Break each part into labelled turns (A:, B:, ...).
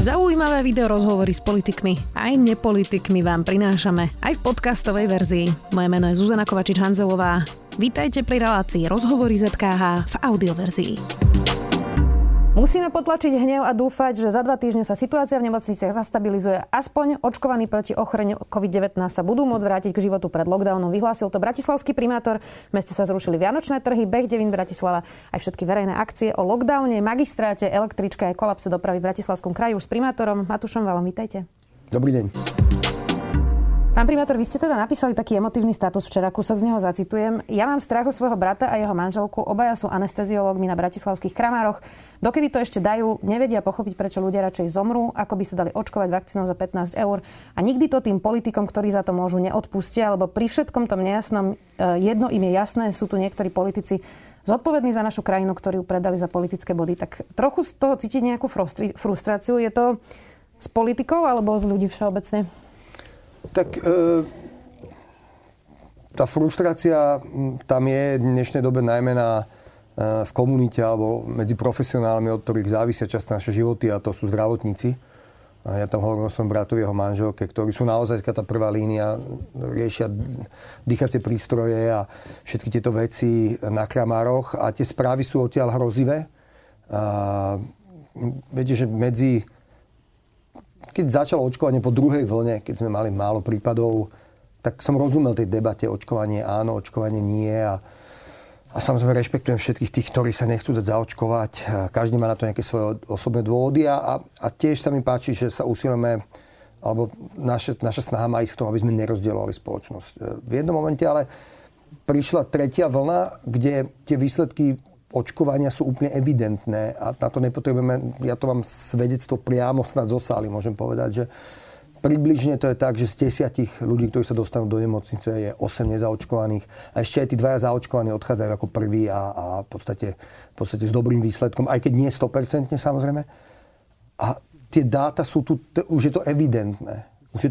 A: Zaujímavé videorozhovory s politikmi aj nepolitikmi vám prinášame aj v podcastovej verzii. Moje meno je Zuzana Kovačič-Hanzelová. Vítajte pri relácii Rozhovory ZKH v audioverzii. Musíme potlačiť hnev a dúfať, že za 2 týždne sa situácia v nemocniciach zastabilizuje. Aspoň očkovaní proti ochoreniu COVID-19 sa budú môcť vrátiť k životu pred lockdownom. Vyhlásil to bratislavský primátor. V meste sa zrušili vianočné trhy, beh devín Bratislava, aj všetky verejné akcie o lockdowne, magistráte, električke aj kolapse dopravy v Bratislavskom kraji. Už s primátorom Matúšom Valom. Vítajte.
B: Dobrý deň.
A: Pán primátor, vy ste teda napísali taký emotívny status včera, kúsok z neho zacitujem. Ja mám strach o svojho brata a jeho manželku, obaja sú anesteziológmi na bratislavských Kramároch. Dokedy to ešte dajú, nevedia pochopiť, prečo ľudia radšej zomrú, ako by sa dali očkovať vakcínou za 15 eur. A nikdy to tým politikom, ktorí za to môžu, neodpustia, lebo pri všetkom tom nejasnom, jedno im je jasné, sú tu niektorí politici zodpovední za našu krajinu, ktorí ju predali za politické body. Tak trochu z toho cítiť nejakú frustráciu. Je to s politikou alebo z ľudí všeobecne?
B: Tak tá frustrácia tam je v dnešnej dobe najmä v komunite alebo medzi profesionálmi, od ktorých závisia často naše životy, a to sú zdravotníci. Ja tam hovorím o svojom bratovi, jeho manželke, ktorí sú naozaj tá prvá línia, riešia dýchacie prístroje a všetky tieto veci na Kramároch, a tie správy sú odtiaľ hrozivé. Viete, že keď začalo očkovanie po druhej vlne, keď sme mali málo prípadov, tak som rozumel tej debate, očkovanie áno, očkovanie nie, a samozrejme rešpektujem všetkých tých, ktorí sa nechcú dať zaočkovať. Každý má na to nejaké svoje osobné dôvody a tiež sa mi páči, že sa usilujeme, alebo naša snaha má ísť k tomu, aby sme nerozdielovali spoločnosť. V jednom momente ale prišla tretia vlna, kde tie výsledky očkovania sú úplne evidentné a na to nepotrebujeme, ja to mám svedectvo priamo snad zo sály, môžem povedať, že približne to je tak, že z 10 ľudí, ktorí sa dostanú do nemocnice, je 8 nezaočkovaných a ešte aj tí 2 zaočkovaní odchádzajú ako prví a v podstate s dobrým výsledkom, aj keď nie 100% samozrejme. A tie dáta sú tu, už je to evidentné.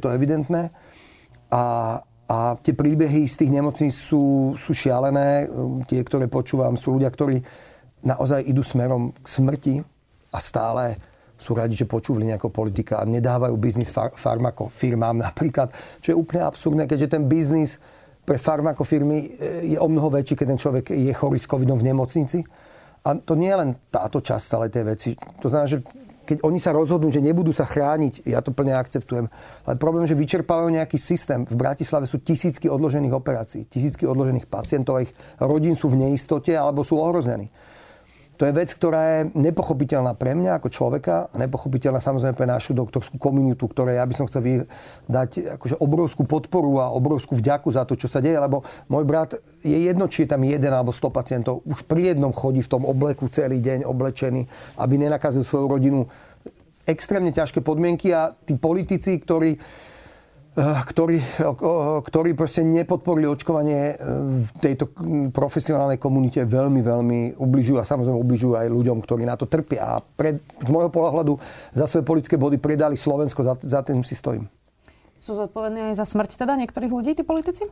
B: A tie príbehy z tých nemocníc sú šialené. Tie, ktoré počúvam, sú ľudia, ktorí naozaj idú smerom k smrti a stále sú radi, že počúvali nejakého politika a nedávajú biznis farmakofirmám napríklad. Čo je úplne absurdné, keďže ten biznis pre farmakofirmy je o mnoho väčší, keď ten človek je chorý s covidom v nemocnici. A to nie je len táto časť, ale tie veci. To znamená, že keď oni sa rozhodnú, že nebudú sa chrániť, ja to plne akceptujem. Ale problém, že vyčerpávajú nejaký systém. V Bratislave sú tisícky odložených operácií, tisícky odložených pacientov, ich rodín sú v neistote alebo sú ohrození. To je vec, ktorá je nepochopiteľná pre mňa ako človeka a nepochopiteľná samozrejme pre našu doktorskú komunitu, ktorej ja by som chcel dať akože obrovskú podporu a obrovskú vďaku za to, čo sa deje, lebo môj brat je jedno, či je tam 1 alebo 100 pacientov, už pri jednom chodí v tom obleku celý deň oblečený, aby nenakazil svoju rodinu. Extrémne ťažké podmienky a tí politici, ktorí proste nepodporili očkovanie v tejto profesionálnej komunite, veľmi, veľmi ubližujú a samozrejme ubližujú aj ľuďom, ktorí na to trpia. A z môjho pohľadu za svoje politické body predali Slovensko, za tým si stojím.
A: Sú zodpovední aj za smrť teda niektorých ľudí, tí politici?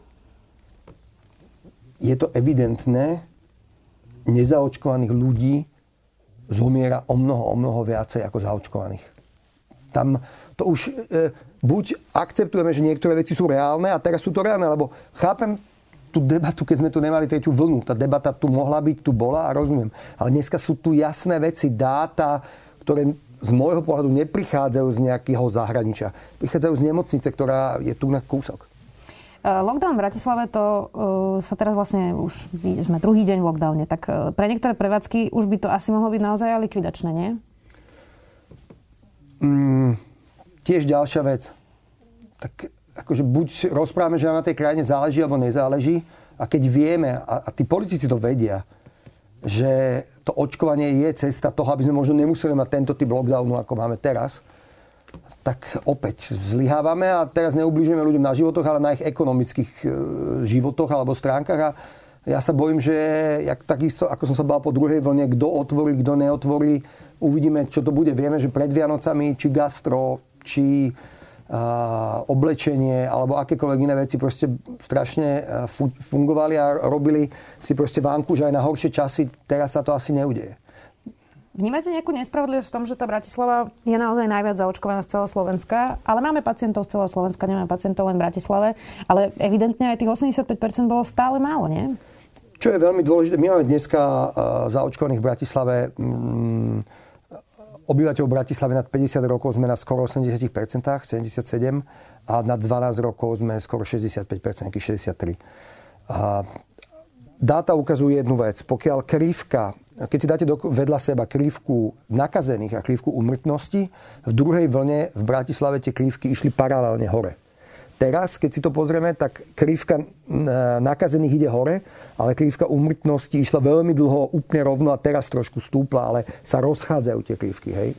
B: Je to evidentné. Nezaočkovaných ľudí zomiera o mnoho viacej ako zaočkovaných. Tam to už buď akceptujeme, že niektoré veci sú reálne a teraz sú to reálne, lebo chápem tú debatu, keď sme tu nemali tretiu vlnu. Tá debata tu mohla byť, tu bola a rozumiem. Ale dneska sú tu jasné veci, dáta, ktoré z môjho pohľadu neprichádzajú z nejakého zahraničia. Prichádzajú z nemocnice, ktorá je tu na kúsok.
A: Lockdown v Bratislave, to sa teraz vlastne už sme druhý deň v lockdowne, tak pre niektoré prevádzky už by to asi mohlo byť naozaj likvidačné, nie?
B: Tiež ďalšia vec. Tak akože buď rozprávame, že nám na tej krajine záleží alebo nezáleží, a keď vieme, a tí politici to vedia, že to očkovanie je cesta toho, aby sme možno nemuseli mať tento typ lockdownu, ako máme teraz, tak opäť zlyhávame a teraz neubližujeme ľuďom na životoch, ale na ich ekonomických životoch alebo stránkach. A ja sa bojím, že takisto, ako som sa bál po druhej vlne, kto otvorí, kto neotvorí, uvidíme, čo to bude. Vieme, že pred Vianocami či gastro, či oblečenie alebo akékoľvek iné veci proste strašne fungovali a robili si proste vánku, že aj na horšie časy. Teraz sa to asi neudeje.
A: Vnímate nejakú nespravodlivosť v tom, že tá Bratislava je naozaj najviac zaočkovaná z celého Slovenska, ale máme pacientov z celého Slovenska, nemáme pacientov len v Bratislave, ale evidentne aj tých 85% bolo stále málo, nie?
B: Čo je veľmi dôležité, my máme dneska zaočkovaných v Bratislave obyvateľov Bratislavy nad 50 rokov sme na skoro 80%, 77, a nad 12 rokov sme skoro 65%, 63%. Dáta ukazujú jednu vec. Pokiaľ krivka, keď si dáte vedľa seba krivku nakazených a krivku úmrtnosti, v druhej vlne v Bratislave tie krivky išli paralelne hore. Teraz, keď si to pozrieme, tak krivka nakazených ide hore, ale krivka úmrtnosti išla veľmi dlho úplne rovno a teraz trošku stúpla, ale sa rozchádzajú tie krivky. Hej?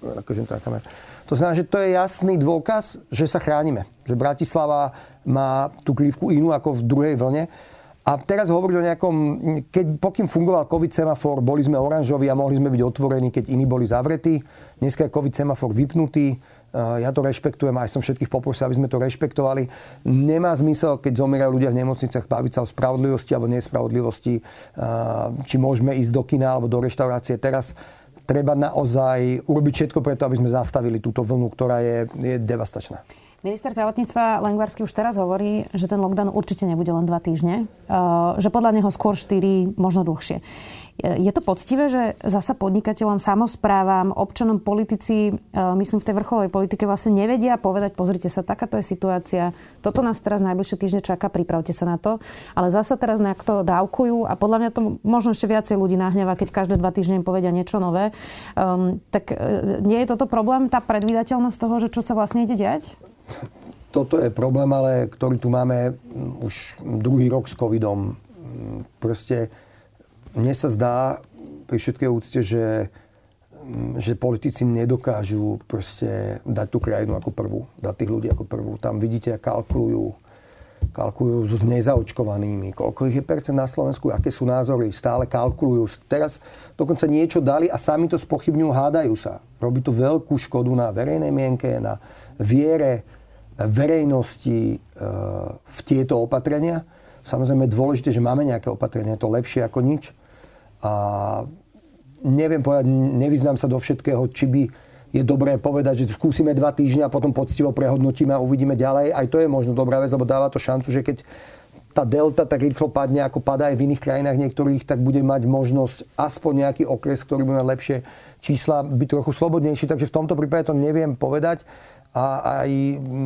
B: To znamená, že to je jasný dôkaz, že sa chránime. Že Bratislava má tú krivku inú ako v druhej vlne. A teraz hovoriť o nejakom, pokým fungoval COVID semafor, boli sme oranžoví a mohli sme byť otvorení, keď iní boli zavretí. Dneska je COVID semafor vypnutý. Ja to rešpektujem, aj som všetkých poprosil, aby sme to rešpektovali. Nemá zmysel, keď zomierajú ľudia v nemocniciach, baviť sa o spravodlivosti alebo nespravodlivosti, či môžeme ísť do kina alebo do reštaurácie. Teraz treba naozaj urobiť všetko preto, aby sme zastavili túto vlnu, ktorá je devastačná.
A: Minister zdravotníctva Lengvarský už teraz hovorí, že ten lockdown určite nebude len 2 týždne, že podľa neho skôr 4, možno dlhšie. Je to poctivé, že zasa podnikateľom, samosprávam, občanom, politici, myslím v tej vrcholovej politike vlastne nevedia povedať, pozrite sa, takáto je situácia, toto nás teraz najbližšie týždne čaká, pripravte sa na to, ale zasa teraz nejak to dávkujú a podľa mňa to možno ešte viacej ľudí nahnevá, keď každé 2 týždne im povedia niečo nové. Tak nie je toto problém, tá predvídateľnosť toho, že čo sa vlastne ide diať?
B: Toto je problém, ale ktorý tu máme už druhý rok s covidom. Proste mne sa zdá pri všetkej úcte, že politici nedokážu proste dať tú krajinu ako prvú, dať tých ľudí ako prvú. Tam vidíte, kalkulujú s nezaočkovanými, koľko ich je percent na Slovensku, aké sú názory, stále kalkulujú. Teraz dokonca niečo dali a sami to spochybňujú, hádajú sa. Robí to veľkú škodu na verejnej mienke, na viere verejnosti v tieto opatrenia. Samozrejme je dôležité, že máme nejaké opatrenia, to lepšie ako nič. A neviem povedať, nevyznám sa do všetkého, či by je dobré povedať, že skúsime 2 týždne a potom poctivo prehodnotíme a uvidíme ďalej. Aj to je možno dobrá vec, lebo dáva to šancu, že keď tá delta tak rýchlo padne, ako padá aj v iných krajinách niektorých, tak bude mať možnosť aspoň nejaký okres, ktorý bude mať lepšie čísla, byť trochu slobodnejší. Takže v tomto prípade to neviem povedať. A aj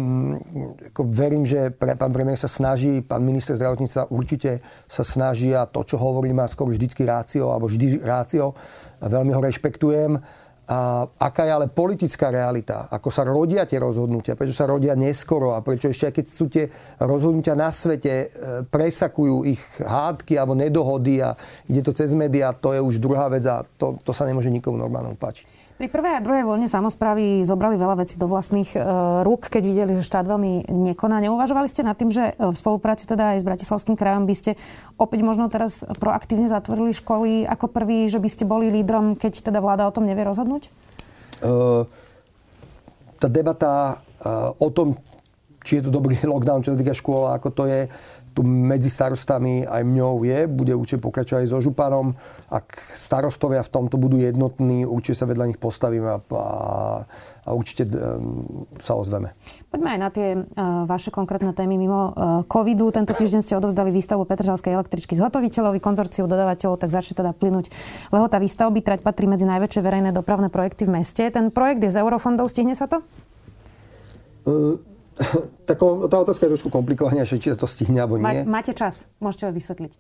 B: verím, že pán premiér sa snaží, pán minister zdravotníctva určite sa snaží a to, čo hovorí, má skoro vždycky rácio, alebo vždy rácio. A veľmi ho rešpektujem. A aká je ale politická realita? Ako sa rodia tie rozhodnutia? Prečo sa rodia neskoro? A prečo ešte, keď sú tie rozhodnutia na svete, presakujú ich hádky alebo nedohody a ide to cez médiá, to je už druhá vec a to sa nemôže nikomu normálne páčiť.
A: Pri prvej a druhej vlne samosprávy zobrali veľa vecí do vlastných rúk, keď videli, že štát veľmi nekoná. Neuvažovali ste nad tým, že v spolupráci teda aj s Bratislavským krajom by ste opäť možno teraz proaktívne zatvorili školy ako prvý, že by ste boli lídrom, keď teda vláda o tom nevie rozhodnúť?
B: Tá debata o tom, či je to dobrý lockdown, čo sa týka škôl, ako to je, tu medzi starostami aj mňou bude určite pokračovať aj so županom. Ak starostovia v tomto budú jednotní, určite sa vedľa nich postavíme a určite sa ozveme.
A: Poďme aj na tie vaše konkrétne témy mimo covidu. Tento týždeň ste odovzdali výstavbu Petržalskej električky zhotoviteľovi, konzorciu dodávateľov, tak začne teda plynúť lehota výstavby. Trať patrí medzi najväčšie verejné dopravné projekty v meste. Ten projekt je z eurofondov, stihne sa to?
B: Tá otázka je trošku komplikovanejšia, či sa to stihne, alebo nie.
A: Máte čas, môžete ho vysvetliť.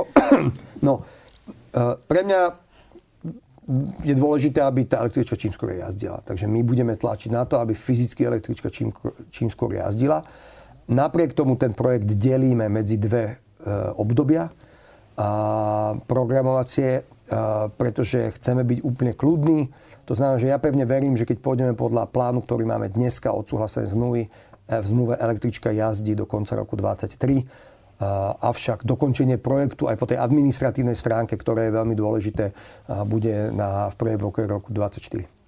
B: Pre mňa je dôležité, aby tá električka čím skôr jazdila. Takže my budeme tlačiť na to, aby fyzicky električka čím skôr jazdila. Napriek tomu ten projekt delíme medzi 2 obdobia a programovacie, pretože chceme byť úplne kľudní. To znamená, že ja pevne verím, že keď pôjdeme podľa plánu, ktorý máme dneska odsúhlasené zmluvy, v zmluve električka jazdí do konca roku 2023. Avšak dokončenie projektu aj po tej administratívnej stránke, ktoré je veľmi dôležité, bude v prvej polovici roku 2024.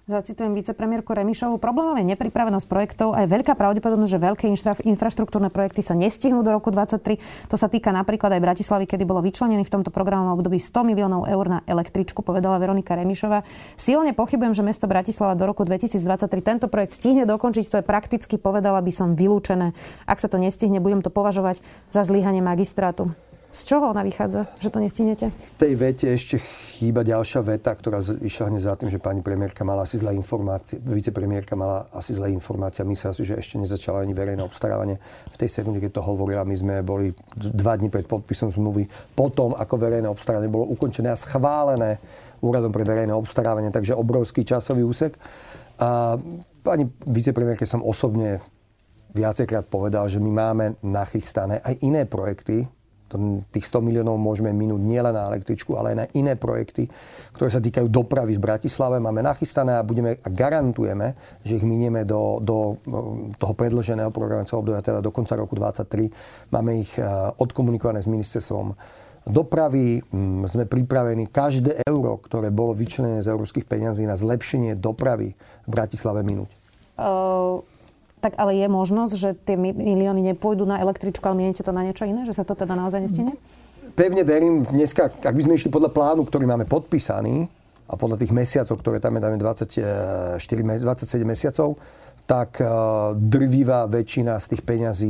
A: Zacitujem vicepremiérku Remišovú. Problémom je nepripravenosť projektov a je veľká pravdepodobnosť, že veľké infraštruktúrne projekty sa nestihnú do roku 2023. To sa týka napríklad aj Bratislavy, kedy bolo vyčlenených v tomto programovom období 100 miliónov eur na električku, povedala Veronika Remišová. Silne pochybujem, že mesto Bratislava do roku 2023 tento projekt stihne dokončiť. To je prakticky, povedala by som, vylúčené. Ak sa to nestihne, budem to považovať za zlyhanie magistrátu. Z čoho ona vychádza, že to nestihnete?
B: V tej vete ešte chýba ďalšia veta, ktorá išla hneď za tým, že pani premiérka mala asi zlé informácie, vicepremiérka mala asi zlé informácie a myslela si, že ešte nezačala ani verejné obstarávanie. V tej sekunde, keď to hovorila, my sme boli 2 dni pred podpisom zmluvy, potom ako verejné obstarávanie bolo ukončené a schválené úradom pre verejné obstarávanie, takže obrovský časový úsek. A pani vicepremiérke som osobne viacejkrát povedal, že my máme nachystané aj iné projekty. Tých 100 miliónov môžeme minúť nielen na električku, ale aj na iné projekty, ktoré sa týkajú dopravy v Bratislave. Máme nachystané a garantujeme, že ich minieme do toho predĺženého programovacieho obdobia, teda do konca roku 2023. Máme ich odkomunikované s ministerstvom dopravy. Sme pripravení každé euro, ktoré bolo vyčlenené z európskych peňazí na zlepšenie dopravy v Bratislave minúť.
A: Tak ale je možnosť, že tie milióny nepôjdu na električku, ale mienite to na niečo iné? Že sa to teda naozaj nestihne?
B: Pevne verím, dneska, ak by sme išli podľa plánu, ktorý máme podpísaný a podľa tých mesiacov, ktoré tam dáme 27 mesiacov, tak drvivá väčšina z tých peňazí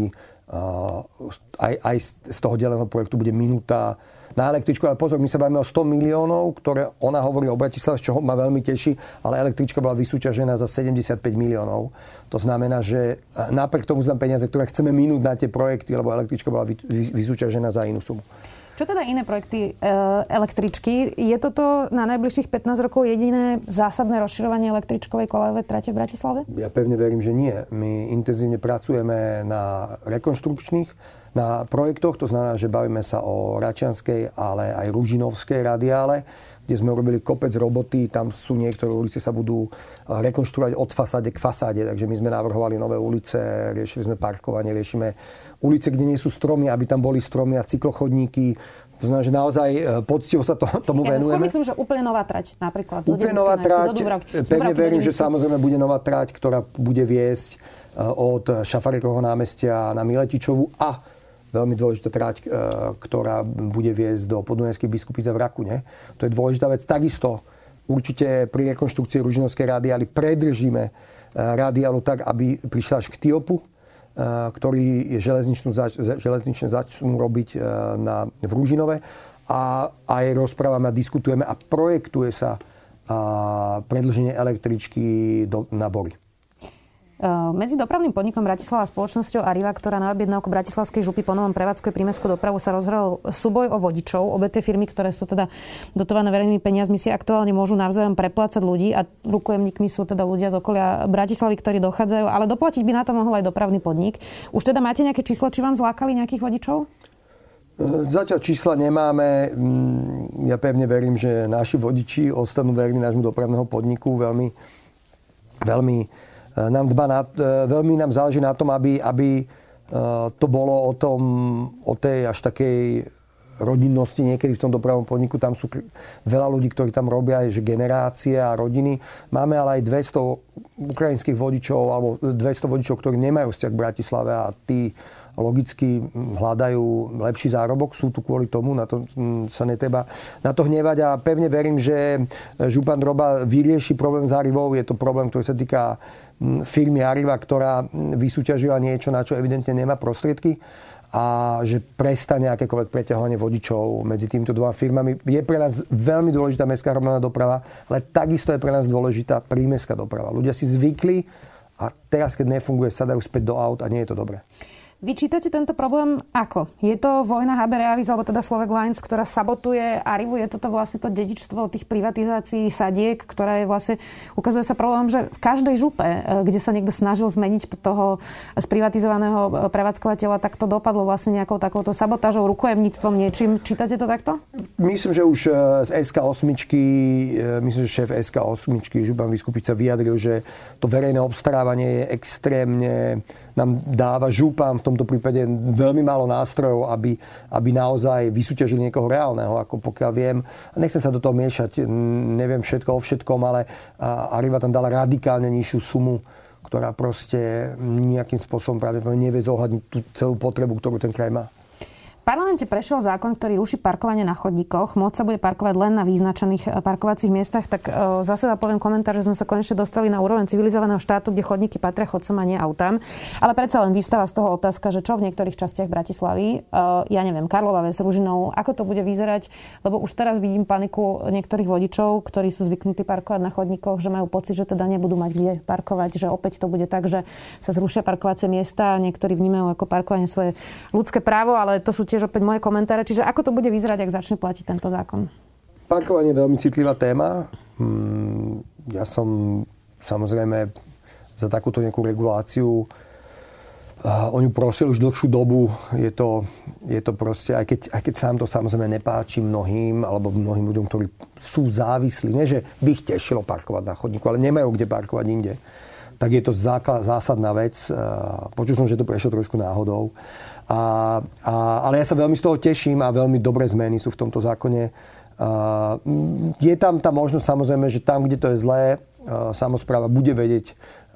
B: aj z toho deleného projektu bude minúta na električku. Ale pozor, my sa bavíme o 100 miliónov, ktoré ona hovorí o Bratislave, z čoho ma veľmi teší, ale električka bola vysúťažená za 75 miliónov. To znamená, že napriek tomu znám peniaze, ktoré chceme minúť na tie projekty, lebo električka bola vysúťažená za inú sumu.
A: Čo teda iné projekty električky? Je toto na najbližších 15 rokov jediné zásadné rozširovanie električkovej kolejovej trate v Bratislave? Ja
B: pevne verím, že nie. My intenzívne pracujeme na rekonštrukčných na projektoch, to znamená, že bavíme sa o Račianskej, ale aj Ružinovskej radiále, kde sme urobili kopec roboty, tam sú niektoré ulice sa budú rekonštruovať od fasáde k fasáde, takže my sme navrhovali nové ulice, riešili sme parkovanie, riešime ulice, kde nie sú stromy, aby tam boli stromy a cyklochodníky. To znamená, že naozaj poctivo sa tomu venujeme.
A: Ja skôr myslím, že úplne nová trať napríklad.
B: Úplne nová trať, pevne verím, že samozrejme bude nová trať, ktorá bude viesť od Šafarikovho námestia na Miletičovu a veľmi dôležitá trať, ktorá bude viesť do Podunajských Biskupíc v Rakune. To je dôležitá vec. Takisto určite pri rekonštrukcii Ružinovskej radiály predržíme radiálu tak, aby prišla až k Tiopu, ktorý železnične začnú robiť v Ružinove. A aj rozprávame a diskutujeme a projektuje sa predĺženie električky na Bory.
A: Medzi dopravným podnikom Bratislava a spoločnosťou Arriva, ktorá na objednávku bratislavskej župy po novom prevádzkuje prímestskú dopravu, sa rozhral súboj o vodičov. Obe tie firmy, ktoré sú teda dotované verejnými peniazmi, si aktuálne môžu navzájom preplácať ľudí a rukojemníkmi sú teda ľudia z okolia Bratislavy, ktorí dochádzajú, ale doplatiť by na to mohol aj dopravný podnik. Už teda máte nejaké číslo, či vám zlákali nejakých vodičov?
B: Zatiaľ čísla nemáme. Ja pevne verím, že naši vodiči ostanú verní nášmu dopravného podniku. Veľmi nám záleží na tom, aby to bolo o tej až takej rodinnosti niekedy v tom dopravnom podniku. Tam sú veľa ľudí, ktorí tam robia, že generácie a rodiny. Máme ale aj 200 ukrajinských vodičov alebo 200 vodičov, ktorí nemajú vzťah k Bratislave a tí logicky hľadajú lepší zárobok. Sú tu kvôli tomu, na to sa netreba na to hnevať a pevne verím, že župan Droba vyrieši problém s Arrivou. Je to problém, ktorý sa týka firmy Arriva, ktorá vysúťažila niečo, na čo evidentne nemá prostriedky a že prestane akékoľvek preťahovanie vodičov medzi týmito dvoma firmami. Je pre nás veľmi dôležitá mestská hromadná doprava, ale takisto je pre nás dôležitá prímestská doprava. Ľudia si zvykli a teraz, keď nefunguje, sa dajú späť do aut a nie je to dobré.
A: Vy čítate tento problém ako? Je to vojna HB Reavis, alebo teda Slovak Lines, ktorá sabotuje Arrivu? Je toto vlastne to dedičstvo tých privatizácií sadiek, ktorá je vlastne, ukazuje sa problém, že v každej župe, kde sa niekto snažil zmeniť toho sprivatizovaného prevádzkovateľa, tak to dopadlo vlastne nejakou takouto sabotážou, rukojemníctvom, niečím. Čítate to takto?
B: Myslím, že už z SK8, myslím, že šéf SK8, župan Biskupica vyjadril, že to verejné obstarávanie je extrémne nám dáva župan v tomto prípade veľmi málo nástrojov, aby naozaj vysúťažili niekoho reálneho, ako pokiaľ viem. Nechcem sa do toho miešať, neviem všetko o všetkom, ale Arriva tam dala radikálne nižšiu sumu, ktorá proste nejakým spôsobom pravdepodobne nevie zohľadniť tú celú potrebu, ktorú ten kraj má.
A: V parlamente prešiel zákon, ktorý ruší parkovanie na chodníkoch. Môcť sa bude parkovať len na vyznačených parkovacích miestach. Tak zase poviem komentár, že sme sa konečne dostali na úroveň civilizovaného štátu, kde chodníky patria chodcom a nie autám. Ale predsa len vyvstáva z toho otázka, že čo v niektorých častiach Bratislavy, ja neviem, Karlova Ves, Ružinov, ako to bude vyzerať, lebo už teraz vidím paniku niektorých vodičov, ktorí sú zvyknutí parkovať na chodníkoch, že majú pocit, že teda nebudú mať kde parkovať, že opäť to bude tak, že sa zrušia parkovacie miesta a niektorí vnímajú ako parkovanie svoje ľudské právo, ale to sú tiež opäť moje komentáre. Čiže ako to bude vyzerať, ak začne platiť tento zákon?
B: Parkovanie je veľmi citlivá téma. Ja som samozrejme za takúto nejakú reguláciu o ňu prosil už dlhšiu dobu. Je to proste, aj keď sám to samozrejme nepáči mnohým, alebo mnohým ľuďom, ktorí sú závislí. Nie, že by ich tešilo parkovať na chodníku, ale nemajú kde parkovať inde. Tak je to zásadná vec. Počul som, že to prešlo trošku náhodou. Ale ja sa veľmi z toho teším a veľmi dobré zmeny sú v tomto zákone. Je tam tá možnosť samozrejme, že tam, kde to je zlé, samospráva bude vedieť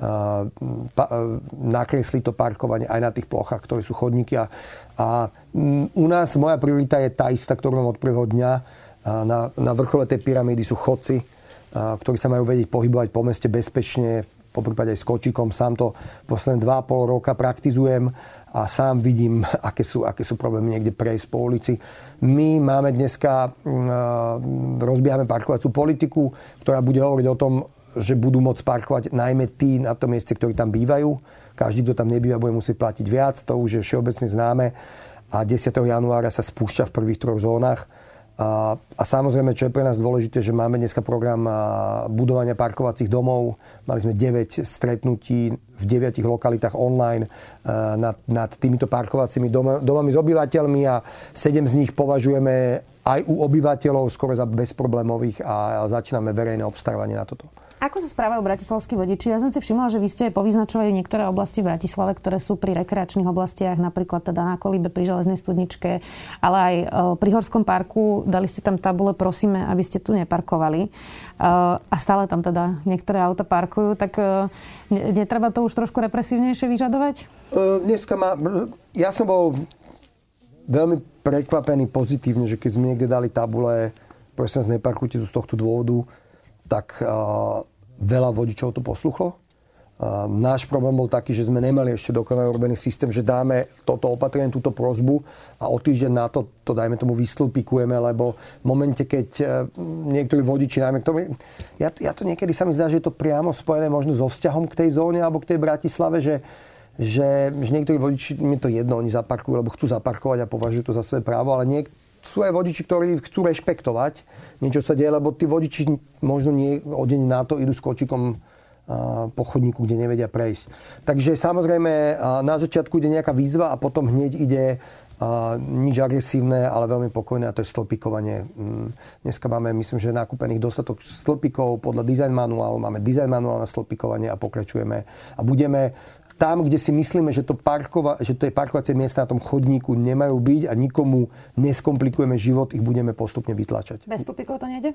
B: nakresliť to parkovanie aj na tých plochách, ktoré sú chodníky. A u nás moja priorita je tá istá, ktorú mám od prvého dňa. Na vrchole tej pyramídy sú chodci, ktorí sa majú vedieť pohybovať po meste bezpečne, po prípade aj s kočíkom. Sám to posledné 2,5 roka praktizujem a sám vidím, aké sú problémy niekde prejsť po ulici. My máme dneska, rozbiehame parkovaciu politiku, ktorá bude hovoriť o tom, že budú môcť parkovať najmä tí na tom mieste, ktorí tam bývajú. Každý, kto tam nebýva, bude musieť platiť viac. To už je všeobecne známe. A 10. januára sa spúšťa v prvých 3 zónach. A samozrejme, čo je pre nás dôležité, že máme dneska program budovania parkovacích domov. Mali sme 9 stretnutí v 9 lokalitách online nad týmito parkovacími domami s obyvateľmi a 7 z nich považujeme aj u obyvateľov skoro za bezproblémových a začíname verejné obstarávanie na toto.
A: Ako sa správajú bratislavskí vodiči? Ja som si všimla, že vy ste povyznačovali niektoré oblasti v Bratislave, ktoré sú pri rekreačných oblastiach, napríklad teda na Kolíbe pri železnej studničke, ale aj pri Horskom parku. Dali ste tam tabule, prosíme, aby ste tu neparkovali. A stále tam teda niektoré auta parkujú. Tak netreba to už trošku represívnejšie vyžadovať? Ja som bol veľmi prekvapený pozitívne, že keď sme niekde dali tabule, prosím vás, neparkujte tu z tohto dôvodu, tak veľa vodičov to posluchlo. Náš problém bol taký, že sme nemali ešte dokonale urobený systém, že dáme toto opatrenie, túto prosbu a o týždeň na to dajme tomu vystĺpikujeme, lebo v momente, keď niektorí vodiči, najmä ktorí... Ja to niekedy sa mi zdá, že je to priamo spojené možno so vzťahom k tej zóne alebo k tej Bratislave, že niektorí vodiči, mi to jedno, oni zaparkujú, lebo chcú zaparkovať a považujú to za svoje právo, ale sú aj vodiči, ktorí chcú rešpektovať niečo sa deje, lebo tí vodiči možno nie o deň na to idú s kočíkom po chodníku, kde nevedia prejsť. Takže samozrejme na začiatku ide nejaká výzva a potom hneď ide nič agresívne, ale veľmi pokojné a to je stĺpikovanie. Dneska máme, myslím, že nakúpených dostatok stĺpikov podľa design manuálu, máme design manuál na stĺpikovanie a pokračujeme a budeme tam, kde si myslíme, že to je parkovacie miesta na tom chodníku nemajú byť a nikomu neskomplikujeme život, ich budeme postupne vytlačať. Bez stĺpikov to nejde?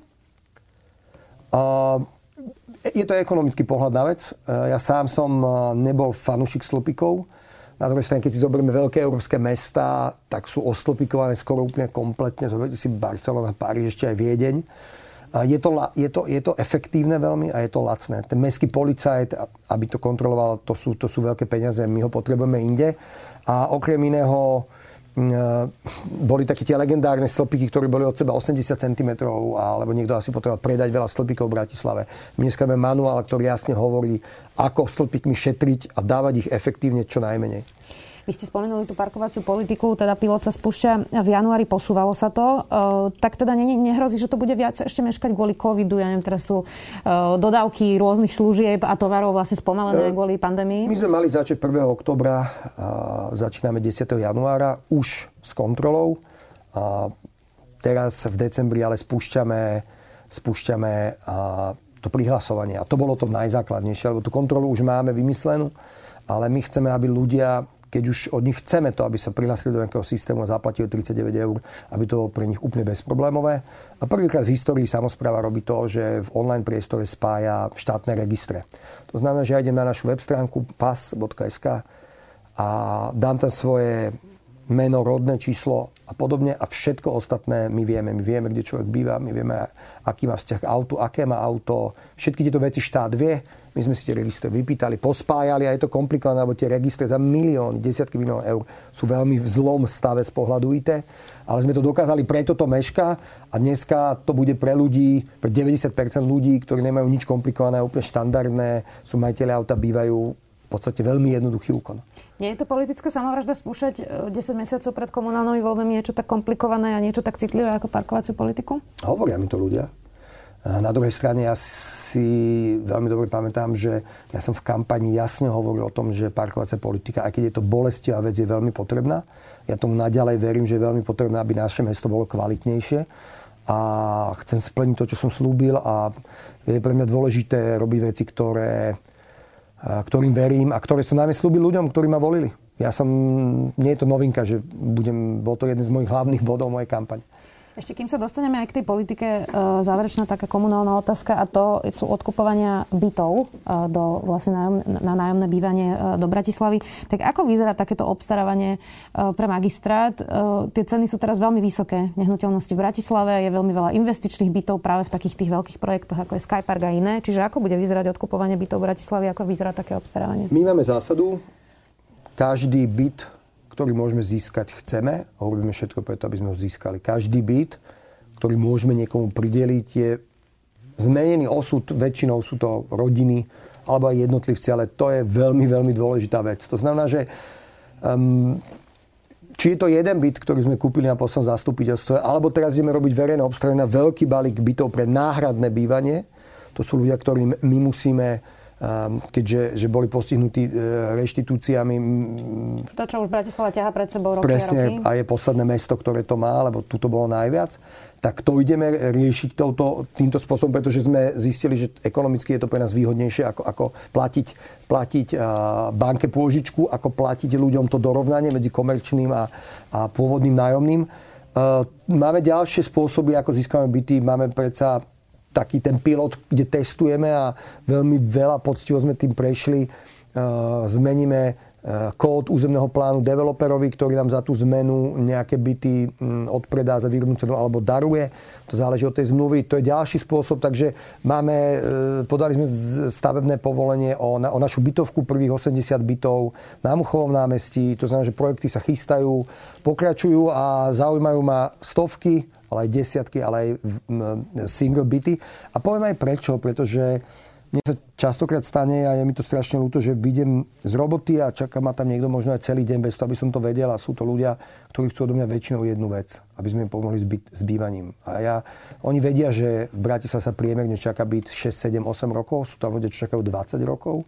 B: Je to ekonomický pohľad na vec. Ja sám som nebol fanúšik stĺpikov. Na druhej strane, keď si zoberieme veľké európske mestá, tak sú ostĺpikované skoro úplne kompletne. Zoberte si Barcelona, Paríž, ešte aj Viedeň. Je to efektívne veľmi a je to lacné. Ten mestský policajt, aby to kontroloval, to sú veľké peniaze, my ho potrebujeme inde. A okrem iného boli také tie legendárne stĺpiky, ktoré boli od seba 80 cm, alebo niekto asi potreboval predať veľa stĺpikov v Bratislave. My dneska máme manuál, ktorý jasne hovorí, ako stĺpikmi šetriť a dávať ich efektívne čo najmenej.
A: Vy ste spomenuli tú parkovaciu politiku, teda pilot sa spúšťa v januári, posúvalo sa to. Tak teda nehrozí, že to bude viac ešte meškať kvôli covidu? Ja neviem, teraz sú dodávky rôznych služieb a tovarov vlastne spomalené kvôli pandémii. My
B: sme mali začať 1. októbra, začíname 10. januára už s kontrolou. Teraz v decembri ale spúšťame to prihlasovanie. A to bolo to najzákladnejšie, lebo tú kontrolu už máme vymyslenú. ale my chceme, aby ľudia, keď už od nich chceme to, aby sa prihlásili do nejakého systému a zaplatili 39 €, aby to bolo pre nich úplne bezproblémové. A prvýkrát v histórii samospráva robí to, že v online priestore spája štátne registre. To znamená, že ja idem na našu web stránku pas.sk a dám tam svoje meno, rodné číslo a podobne a všetko ostatné my vieme. My vieme, kde človek býva, my vieme, aký má vzťah k autu, aké má auto. Všetky tieto veci štát vie. My sme si tie registre vypýtali, pospájali a je to komplikované, lebo tie registre za desiatky miliónov eur sú veľmi v zlom stave z pohľadu IT. Ale sme to dokázali, preto to meška a dneska to bude pre ľudí, pre 90% ľudí, ktorí nemajú nič komplikované, úplne štandardné, sú majiteľi auta, bývajú v podstate veľmi jednoduchý úkon.
A: Nie je to politická samovražda spúšťať 10 mesiacov pred komunálnymi voľbami niečo tak komplikované a niečo tak citlivé ako parkovaciu politiku?
B: Hovoria mi to ľudia. A na druhej strane ja si veľmi dobre pamätám, že ja som v kampani jasne hovoril o tom, že parkovacia politika, aj keď je to bolestivá vec, je veľmi potrebná. Ja tomu naďalej verím, že je veľmi potrebné, aby naše mesto bolo kvalitnejšie. A chcem splniť to, čo som slúbil a je pre mňa dôležité robiť veci, ktorým verím a ktoré som najmä slúbil ľuďom, ktorí ma volili. Nie je to novinka, že bol to jeden z mojich hlavných bodov mojej kampane.
A: Ešte kým sa dostaneme aj k tej politike, záverečná taká komunálna otázka a to sú odkupovania bytov na nájomné bývanie do Bratislavy. Tak ako vyzerá takéto obstarávanie pre magistrát? Tie ceny sú teraz veľmi vysoké. Nehnuteľnosti v Bratislave, je veľmi veľa investičných bytov práve v takých tých veľkých projektoch, ako je Skypark a iné. Čiže ako bude vyzerať odkupovanie bytov v Bratislave, ako vyzerá také obstarávanie?
B: My máme zásadu, každý byt, ktorý môžeme získať, chceme a robíme všetko preto, aby sme ho získali. Každý byt, ktorý môžeme niekomu prideliť, je zmenený osud. Väčšinou sú to rodiny alebo aj jednotlivci, ale to je veľmi, veľmi dôležitá vec. To znamená, že či je to jeden byt, ktorý sme kúpili na poslednom zastupiteľstve, alebo teraz ideme robiť verejné obstarávanie na veľký balík bytov pre náhradné bývanie. To sú ľudia, ktorým my musíme, keďže boli postihnutí reštitúciami.
A: To, čo už Bratislava ťahá pred sebou roky
B: presne,
A: a roky.
B: A je posledné mesto, ktoré to má, lebo tu to bolo najviac. Tak to ideme riešiť týmto spôsobom, pretože sme zistili, že ekonomicky je to pre nás výhodnejšie, ako platiť banke pôžičku, ako platiť ľuďom to dorovnanie medzi komerčným a pôvodným nájomným. Máme ďalšie spôsoby, ako získame byty. Máme predsa taký ten pilot, kde testujeme a veľmi veľa poctivo sme tým prešli. Zmeníme kód územného plánu developerovi, ktorý nám za tú zmenu nejaké byty odpredá za výrobnú cenu alebo daruje. To záleží od tej zmluvy. To je ďalší spôsob, takže podali sme stavebné povolenie o našu bytovku, prvých 80 bytov na Muchovom námestí. To znamená, že projekty sa chystajú, pokračujú a zaujímajú ma stovky, ale aj desiatky, ale aj single byty. A poviem aj prečo, pretože mne sa častokrát stane a je mi to strašne ľúto, že vidím z roboty a čaká ma tam niekto možno aj celý deň bez toho, aby som to vedel. A sú to ľudia, ktorí chcú odo mňa väčšinou jednu vec, aby sme im pomohli s bývaním. A oni vedia, že v Bratislave sa priemerne čaká byt 6, 7, 8 rokov. Sú tam ľudia, čo čakajú 20 rokov.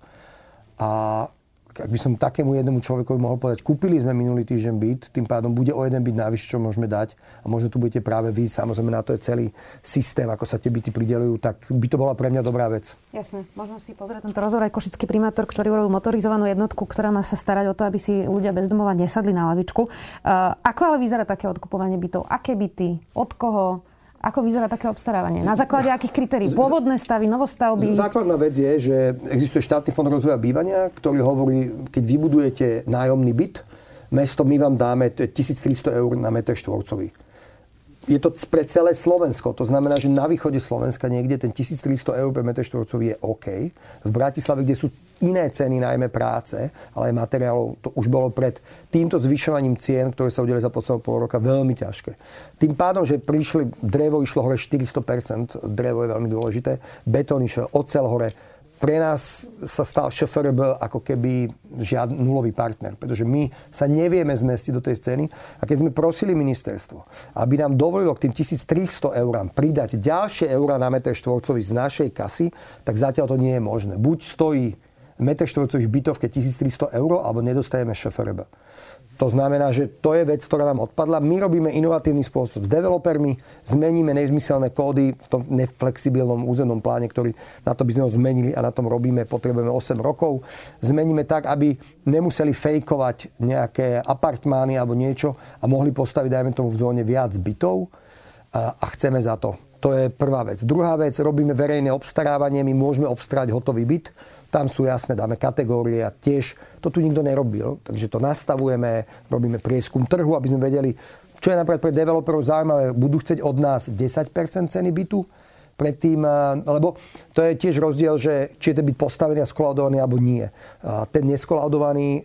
B: A ak by som takému jednému človekovi mohol povedať, kúpili sme minulý týždeň byt, tým pádom bude o jeden byt navyše, čo môžeme dať a možno tu budete práve vy, samozrejme na to je celý systém, ako sa tie byty prideľujú, tak by to bola pre mňa dobrá vec.
A: Jasné, možno si pozrieť tento rozhovor aj košický primátor, ktorý urobil motorizovanú jednotku, ktorá má sa starať o to, aby si ľudia bez domova nesadli na lavičku. Ako ale vyzerá také odkupovanie bytov? Aké byty? Od koho? Ako vyzerá také obstarávanie? Na základe akých kritérií? Pôvodné stavy, novostavby?
B: Základná vec je, že existuje štátny fond rozvoja bývania, ktorý hovorí, keď vybudujete nájomný byt, mesto, my vám dáme 1300 € na meter štvorcový. Je to pre celé Slovensko. To znamená, že na východe Slovenska niekde ten 1300 € per meter štvorcový je OK. V Bratislave, kde sú iné ceny, najmä práce, ale aj materiálov, to už bolo pred týmto zvyšovaním cien, ktoré sa udiali za posledného pol roka, veľmi ťažké. Tým pádom, že drevo išlo hore 400%, drevo je veľmi dôležité, betón išiel, oceľ hore. Pre nás sa stal ŠFRB ako keby žiadny nulový partner, pretože my sa nevieme zmestiť do tej ceny. A keď sme prosili ministerstvo, aby nám dovolilo k tým 1300 € pridať ďalšie eurá na meter štvorcový z našej kasy, tak zatiaľ to nie je možné. Buď stojí meter štvorcových bytovke 1300 €, alebo nedostajeme ŠFRB. To znamená, že to je vec, ktorá nám odpadla. My robíme inovatívny spôsob s developermi, zmeníme nezmyselné kódy v tom neflexibilnom územnom pláne, ktorý na to by sme ho zmenili a na tom robíme, potrebujeme 8 rokov. Zmeníme tak, aby nemuseli fejkovať nejaké apartmány alebo niečo a mohli postaviť, dajme tomu, v zóne viac bytov a chceme za to. To je prvá vec. Druhá vec, robíme verejné obstarávanie, my môžeme obstarať hotový byt. Tam sú jasné, dáme kategórie a tiež to tu nikto nerobil. Takže to nastavujeme, robíme prieskum trhu, aby sme vedeli, čo je napríklad pre developerov zaujímavé. Budú chcieť od nás 10% ceny bytu predtým, lebo to je tiež rozdiel, že či je ten byt postavený a skolaudovaný alebo nie. Ten neskolaudovaný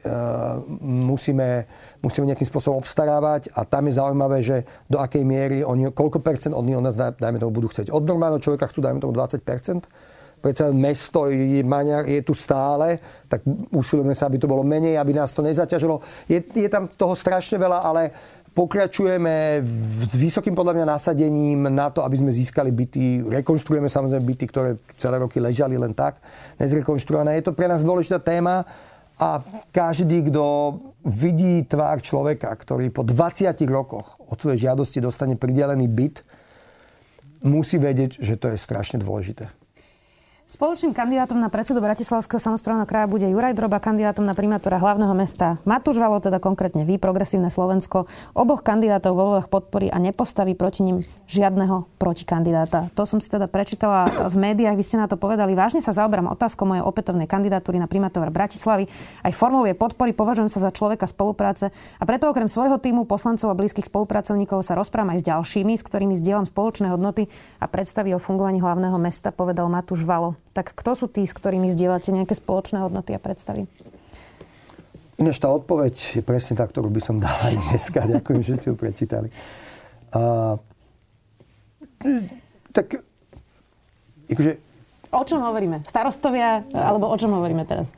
B: musíme nejakým spôsobom obstarávať a tam je zaujímavé, že do akej miery koľko percent oni od nás, dajme tomu, budú chcieť. Od normálneho človeka chcú, dajme tomu, 20%. Predsa mesto je tu stále, tak usilujeme sa, aby to bolo menej, aby nás to nezaťažilo. Je tam toho strašne veľa, ale pokračujeme s vysokým podľa mňa nasadením na to, aby sme získali byty. Rekonštruujeme samozrejme byty, ktoré celé roky ležali len tak, nezrekonštruované. Je to pre nás dôležitá téma a každý, kto vidí tvár človeka, ktorý po 20 rokoch od svojej žiadosti dostane pridelený byt, musí vedieť, že to je strašne dôležité.
A: Spoločným kandidátom na predsedu Bratislavského samosprávneho kraja bude Juraj Droba, kandidátom na primátora hlavného mesta Matúš Valo, teda konkrétne vy, Progresívne Slovensko. Oboch kandidátov vo voľbách podporí a nepostaví proti nim žiadneho protikandidáta. To som si teda prečítala v médiách, vy ste na to povedali. Vážne sa zaoberám otázkou mojej opätovnej kandidatúry na primátora Bratislavy. Aj formou jej podpory považujem sa za človeka spolupráce a preto okrem svojho tímu poslancov a blízkych spolupracovníkov sa rozprávam aj s ďalšími, s ktorými zdieľam spoločné hodnoty a predstavy o fungovaní hlavného mesta, povedal Matúš Valo. Tak kto sú tí, s ktorými zdieľate nejaké spoločné hodnoty a predstavy?
B: Ináč tá odpoveď je presne tá, ktorú by som dal aj dneska. Ďakujem, že ste ju prečítali. Tak, akože...
A: O čom hovoríme? Starostovia? Alebo o čom hovoríme teraz?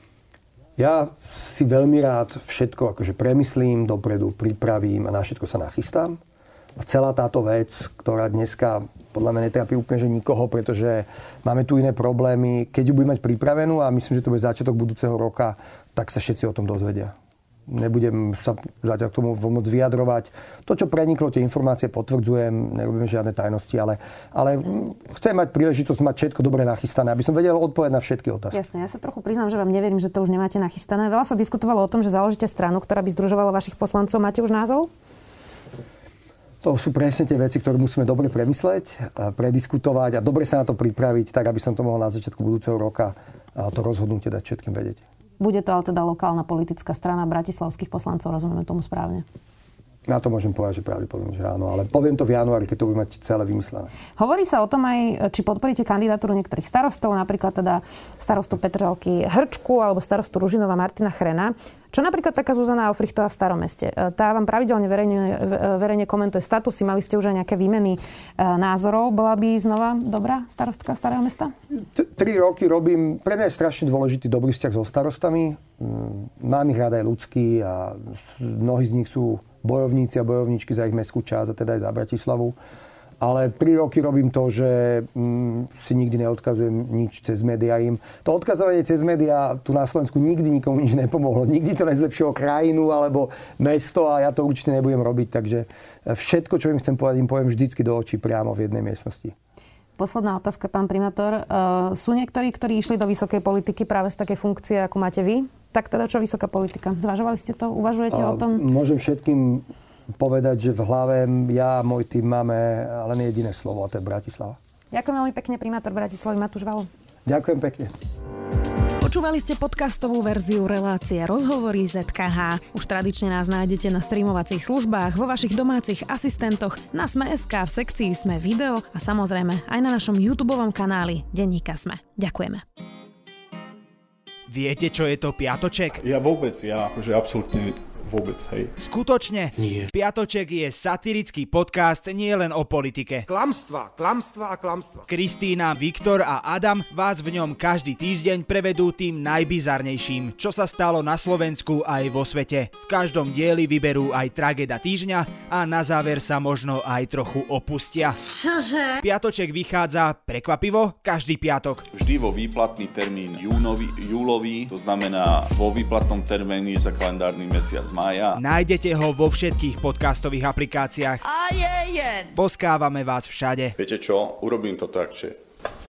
B: Ja si veľmi rád všetko akože premyslím, dopredu pripravím a na všetko sa nachystám. A celá táto vec, ktorá dneska podľa mňa netrápi úplne že nikoho, pretože máme tu iné problémy. Keď ju budem mať pripravenú a myslím, že to bude začiatok budúceho roka, tak sa všetci o tom dozvedia. Nebudem sa zatiaľ k tomu môcť vyjadrovať. To, čo preniklo, tie informácie potvrdzujem, nerobíme žiadne tajnosti, ale chcem mať príležitosť mať všetko dobre nachystané, aby som vedel odpovedať na všetky otázky.
A: Jasne, ja sa trochu priznám, že vám neverím, že to už nemáte nachystané. Veľa sa diskutovalo o tom, že založíte stranu, ktorá by združovala vašich poslancov. Máte už názov?
B: To sú presne tie veci, ktoré musíme dobre premysleť, prediskutovať a dobre sa na to pripraviť, tak aby som to mohol na začiatku budúceho roka to rozhodnutie dať všetkým vedieť.
A: Bude to ale teda lokálna politická strana bratislavských poslancov, rozumieme tomu správne?
B: Na to môžem povedať, že pravdepodobne, že áno, ale poviem to v januári, keď to bude mať celé vymyslené.
A: Hovorí sa o tom aj, či podporíte kandidatúru niektorých starostov, napríklad teda starostu Petržalky Hrčku alebo starostu Ružinova Martina Chrena. Čo napríklad taká Zuzana Aufrichtová v Starom Meste? Tá vám pravidelne verejne komentuje statusy, mali ste už aj nejaké výmeny názorov. Bola by znova dobrá starostka Starého Mesta?
B: 3 roky robím, pre mňa je strašne dôležitý dobrý vzťah so starostami. Mám ich rád aj ľudský a mnohí z nich sú bojovníci a bojovníčky za ich mestskú časť a teda aj za Bratislavu. Ale 3 roky robím to, že si nikdy neodkazujem nič cez médiá im. To odkazovanie cez médiá tu na Slovensku nikdy nikomu nič nepomohlo. Nikdy to nezlepšilo krajinu alebo mesto a ja to určite nebudem robiť. Takže všetko, čo im chcem povedať, im poviem vždycky do očí priamo v jednej miestnosti.
A: Posledná otázka, pán primátor. Sú niektorí, ktorí išli do vysokej politiky práve z takej funkcie, ako máte vy? Tak teda čo vysoká politika? Zvažovali ste to? Uvažujete o tom?
B: Môžem všetkým povedať, že v hlave ja a môj tým máme len jediné slovo, a to je Bratislava.
A: Ďakujem veľmi pekne, primátor Bratislavy Matúš Valo.
B: Ďakujem pekne.
A: Počúvali ste podcastovú verziu relácie Rozhovory ZKH. Už tradične nás nájdete na streamovacích službách, vo vašich domácich asistentoch, na Sme.sk, v sekcii Sme video a samozrejme aj na našom YouTubeovom kanáli Denníka Sme. Ďakujeme.
C: Viete, čo je to piatoček?
D: Ja akože absolútne
C: vôbec, hej.
D: Skutočne?
C: Nie.
D: Piatoček je satirický podcast nielen o politike.
E: Klamstva a klamstva.
D: Kristína, Viktor a Adam vás v ňom každý týždeň prevedú tým najbizarnejším, čo sa stalo na Slovensku aj vo svete. V každom dieli vyberú aj tragéda týždňa a na záver sa možno aj trochu opustia.
F: Čože?
D: Piatoček vychádza prekvapivo každý piatok.
G: Vždy vo výplatný termín júlový, to znamená vo výplatnom termíne za kalendárny mesiac mája.
D: Nájdete ho vo všetkých podcastových aplikáciách.
F: A je.
D: Boskávame vás všade.
G: Viete čo? Urobím to tak, že